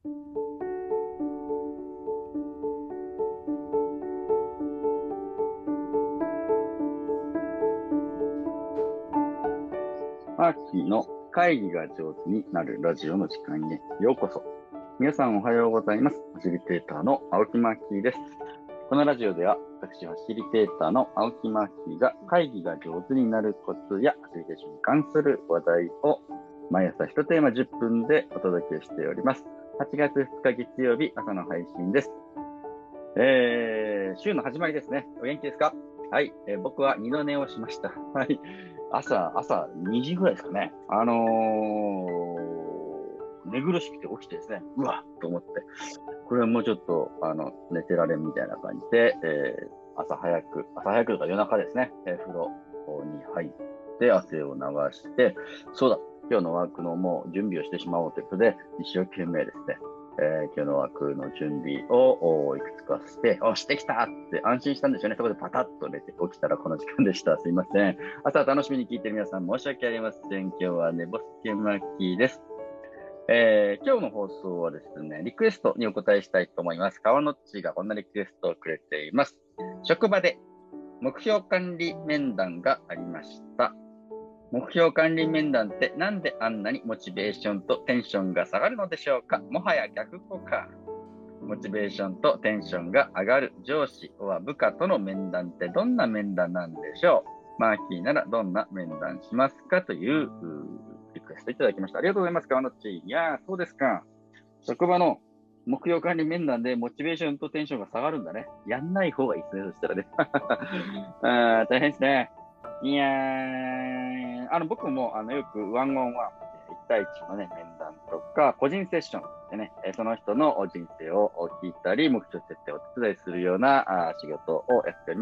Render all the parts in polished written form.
マーキーの会議が上手になるラジオの時間へようこそ。皆さんおはようございます。ファシリテーターの青木マーキーです。このラジオでは私ファシリテーターの青木マーキーが会議が上手になるコツやファシリテーションに関する話題を毎朝1テーマ10分でお届けしております。8月2日月曜日朝の配信です。週の始まりですね。お元気ですか？はい、僕は二度寝をしました。はい。朝2時ぐらいですかね。寝苦しくて起きてですね、うわっと思って、これはもうちょっと、寝てられんみたいな感じで、朝早くとか夜中ですね、風呂に入って汗を流して、そうだ、今日のワークのもう準備をしてしまおうということで、一生懸命ですね、今日のワークの準備をいくつかして、してきたって安心したんですよね。そこでパタッと寝て起きたらこの時間でした。すいません。朝楽しみに聞いてる皆さん申し訳ありません。今日は寝ぼすけマッキーです。今日の放送はですね、リクエストにお答えしたいと思います。川のっちがこんなリクエストをくれています。職場で目標管理面談がありました。目標管理面談ってなんであんなにモチベーションとテンションが下がるのでしょうか？もはや逆効果。モチベーションとテンションが上がる上司は部下との面談ってどんな面談なんでしょう？マーキーならどんな面談しますか？というリクエストいただきました。ありがとうございます、川野っち。いやー、そうですか。職場の目標管理面談でモチベーションとテンションが下がるんだね。やんない方がいいですね、そしたらね。大変ですね。いやー、僕もよくワンオンワン、1対1のね、面談とか、個人セッションでね、その人の人生を聞いたり、目標設定をお手伝いするような仕事をやっております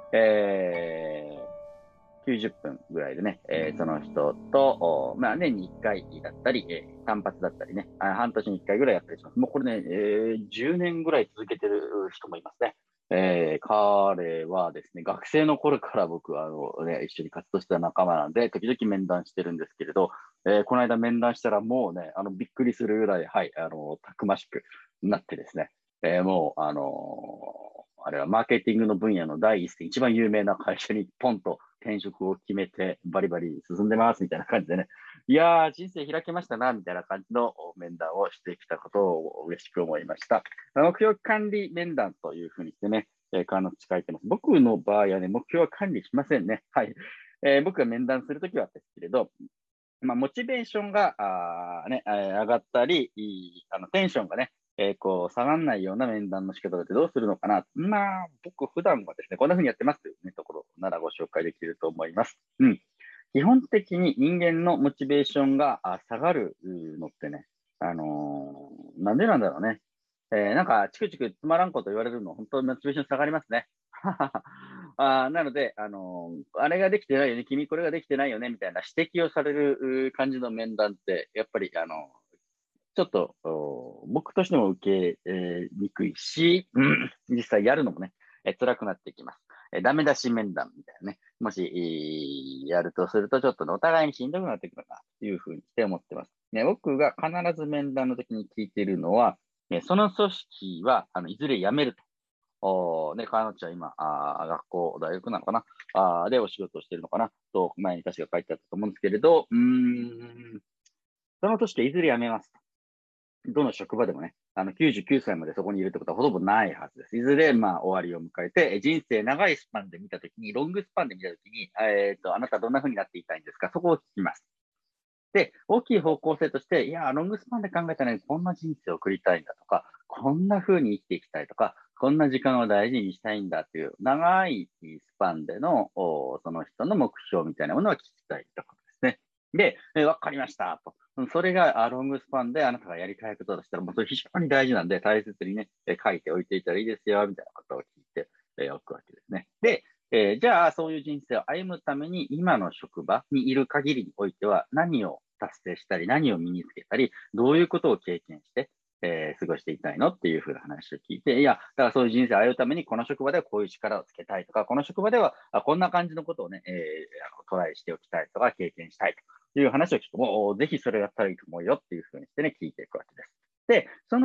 。90分ぐらいでね、その人と、年に1回だったり、単発だったりね、半年に1回ぐらいやったりします。もうこれね、10年ぐらい続けてる人もいますね。彼はですね、学生の頃から僕は一緒に活動してた仲間なんで、時々面談してるんですけれど、この間面談したらもうね、びっくりするぐらい、はい、たくましくなってですね、もう、あれはマーケティングの分野の第一線、一番有名な会社にポンと転職を決めてバリバリ進んでますみたいな感じでね、いやー、人生開けましたな、みたいな感じの面談をしてきたことを嬉しく思いました。目標管理面談というふうにしてね、川の口書いてます。僕の場合はね、目標は管理しませんね。はい。僕が面談するときはですけれど、モチベーションが上がったり、テンションがね、下がらないような面談の仕方ってどうするのかな。僕普段はですね、こんな風にやってますというね、ところならご紹介できると思います。基本的に人間のモチベーションが下がるのってね、なんでなんだろうね。なんか、チクチクつまらんこと言われるの、本当にモチベーション下がりますね。なので、あれができてないよね、君これができてないよね、みたいな指摘をされる感じの面談って、やっぱり、ちょっと、僕としても受け、にくいし、実際やるのもね、辛くなってきます。ダメ出し面談みたいなね、もし、やるとすると、ちょっとね、お互いにしんどくなってくるな、というふうにして思ってます。ね、僕が必ず面談の時に聞いているのは、その組織は、いずれ辞めると。川野ちゃん今、学校、大学なのかなでお仕事をしているのかなと、前に確か書いてあったと思うんですけれど、その年でいずれ辞めます。どの職場でもね、99歳までそこにいるってことはほとんどないはずです。いずれ、終わりを迎えて、人生長いスパンで見たときに、ロングスパンで見たときに、あなたどんな風になっていたいんですか？そこを聞きます。で、大きい方向性として、いや、ロングスパンで考えたら、ね、こんな人生を送りたいんだとか、こんな風に生きていきたいとか、こんな時間を大事にしたいんだっていう、長いスパンでの、その人の目標みたいなものは聞きたいところですね。で、わかりましたと。それがロングスパンであなたがやりたいこととしたら、もうそれ非常に大事なんで、大切にね、書いておいていたらいいですよ、みたいなことを聞いておくわけですね。で、じゃあ、そういう人生を歩むために、今の職場にいる限りにおいては、何を達成したり、何を身につけたり、どういうことを経験して、過ごしていたいのっていうふうな話を聞いて、いや、だからそういう人生を歩むために、この職場ではこういう力をつけたいとか、この職場ではこんな感じのことをね、トライしておきたいとか、経験したいという話を聞くと、もうぜひそれをやったらいいと思うよっていうふうにしてね、聞いていくわけです。で、そ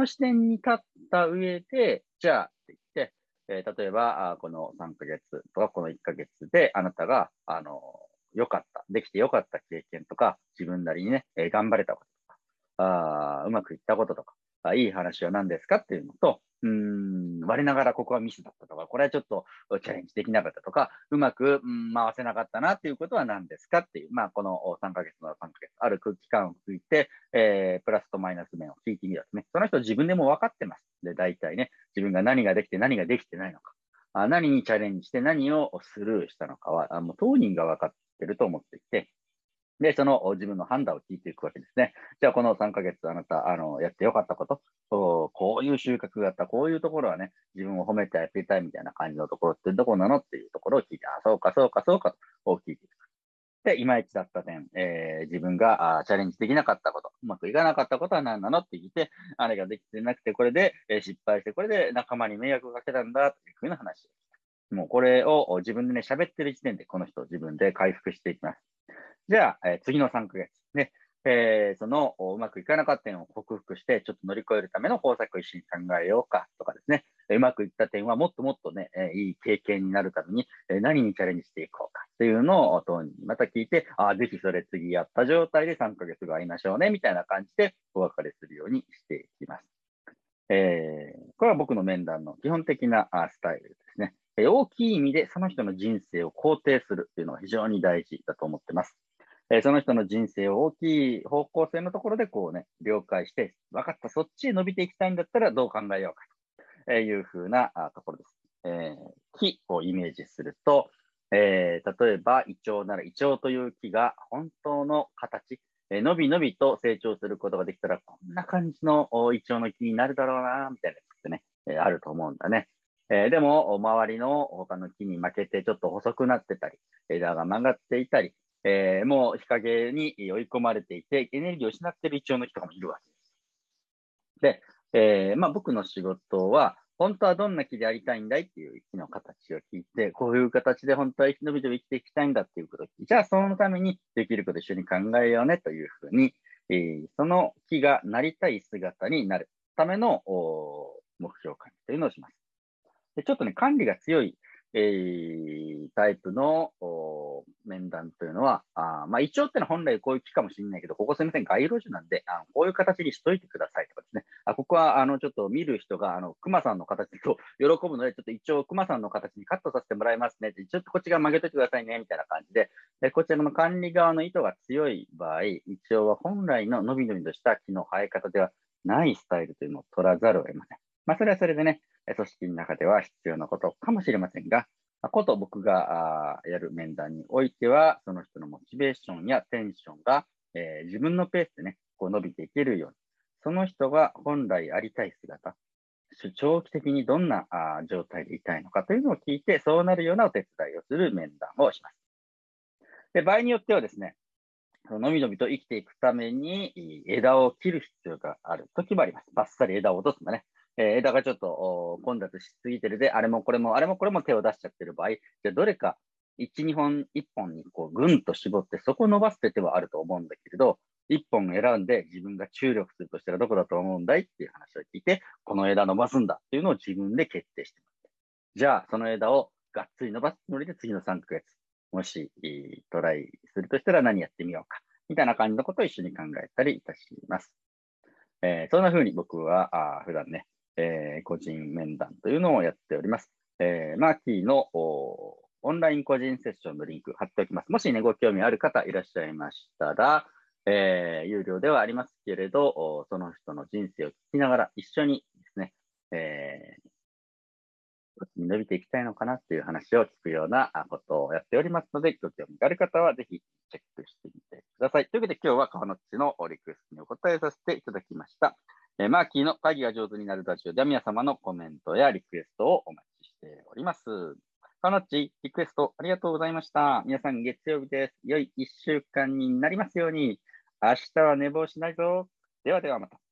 の視点に立った上で、じゃあって言って、例えば、この3ヶ月とか、この1ヶ月で、あなたが、良かった、できて良かった経験とか、自分なりにね、頑張れたこととか、うまくいったこととか、いい話は何ですかっていうのと、我ながらここはミスだったとか、これはちょっとチャレンジできなかったとか、うまく、回せなかったなっていうことは何ですかっていう、この3ヶ月の3ヶ月、ある空気感をついて、プラスとマイナス面を聞いてみるとね、その人自分でも分かってます。で、大体ね、自分が何ができて何ができてないのか、何にチャレンジして何をスルーしたのかは、もう当人が分かってると思っていて、で、その自分の判断を聞いていくわけですね。じゃあ、この3ヶ月あなた、やってよかったこと、こういう収穫があった、こういうところはね、自分を褒めてあげたいみたいな感じのところってどこなのっていうところを聞いて、そうか、そうか、そうかと聞いていく。で、いまいちだった点、自分がチャレンジできなかったこと、うまくいかなかったことは何なのって聞いて、あれができてなくて、これで、失敗して、これで仲間に迷惑をかけたんだというふうな話。もうこれを自分でね、喋ってる時点で、この人自分で回復していきます。じゃあ、次の3ヶ月ね、そのうまくいかなかった点を克服して、ちょっと乗り越えるための方策を一緒に考えようかとかですね、うまくいった点はもっともっとね、いい経験になるために、何にチャレンジしていこうかっていうのを当人にまた聞いて、ぜひそれ次やった状態で3ヶ月後会いましょうね、みたいな感じでお別れするようにしていきます。これは僕の面談の基本的なスタイルですね。大きい意味でその人の人生を肯定するっていうのは非常に大事だと思ってます。その人の人生を大きい方向性のところでこうね、了解して、分かった、そっちへ伸びていきたいんだったらどう考えようかというふうなところです。木をイメージすると、例えばイチョウならイチョウという木が本当の形、のびのびと成長することができたら、こんな感じのイチョウの木になるだろうな、みたいなやつってね、あると思うんだね。でも、周りの他の木に負けてちょっと細くなってたり、枝が曲がっていたり、もう日陰に追い込まれていて、エネルギーを失っているイチョウの木とかもいるわけです。で、僕の仕事は、本当はどんな木でありたいんだいっていう木の形を聞いて、こういう形で本当は生き延びて生きていきたいんだっていうことを聞いて、じゃあそのためにできることを一緒に考えようねというふうに、その木がなりたい姿になるための目標管理というのをします。でちょっとね、管理が強い、タイプの面談というのは、一応ってのは本来こういう木かもしれないけど、ここすみません、街路樹なんで、こういう形にしといてくださいとかですね。ここは、ちょっと見る人が、熊さんの形と喜ぶので、ちょっと一応熊さんの形にカットさせてもらいますね。ちょっとこっち側曲げといてくださいね、みたいな感じで、こちらの管理側の意図が強い場合、一応は本来の伸び伸びとした木の生え方ではないスタイルというのを取らざるを得ません。それはそれでね、組織の中では必要なことかもしれませんが、こと僕がやる面談においては、その人のモチベーションやテンションが、自分のペースでね、こう伸びていけるように、その人が本来ありたい姿、長期的にどんな状態でいたいのかというのを聞いて、そうなるようなお手伝いをする面談をします。で、場合によってはですね、のびのびと生きていくために枝を切る必要がある時もあります。バッサリ枝を落とすんだね。枝がちょっと混雑しすぎてるで、あれもこれも、あれもこれも手を出しちゃってる場合、じゃあどれか1、2本、1本にこうぐんと絞って、そこを伸ばすって手はあると思うんだけれど、1本選んで自分が注力するとしたらどこだと思うんだいっていう話を聞いて、この枝伸ばすんだっていうのを自分で決定してもらって。じゃあ、その枝をがっつり伸ばすつもりで次の3ヶ月、もしトライするとしたら何やってみようか。みたいな感じのことを一緒に考えたりいたします。そんな風に僕は普段ね、個人面談というのをやっております。マーキーのオンライン個人セッションのリンク貼っておきます。もしね、ご興味ある方いらっしゃいましたら、有料ではありますけれど、その人の人生を聞きながら一緒にですね、伸びていきたいのかなっていう話を聞くようなことをやっておりますので、ご興味がある方はぜひチェックしてみてください。というわけで今日は川野っちのリクエストにお答えさせていただきました。マーキーの会議が上手になるラジオでは皆様のコメントやリクエストをお待ちしております。川野っち、リクエストありがとうございました。皆さん月曜日です。良い1週間になりますように。明日は寝坊しないぞ。ではではまた。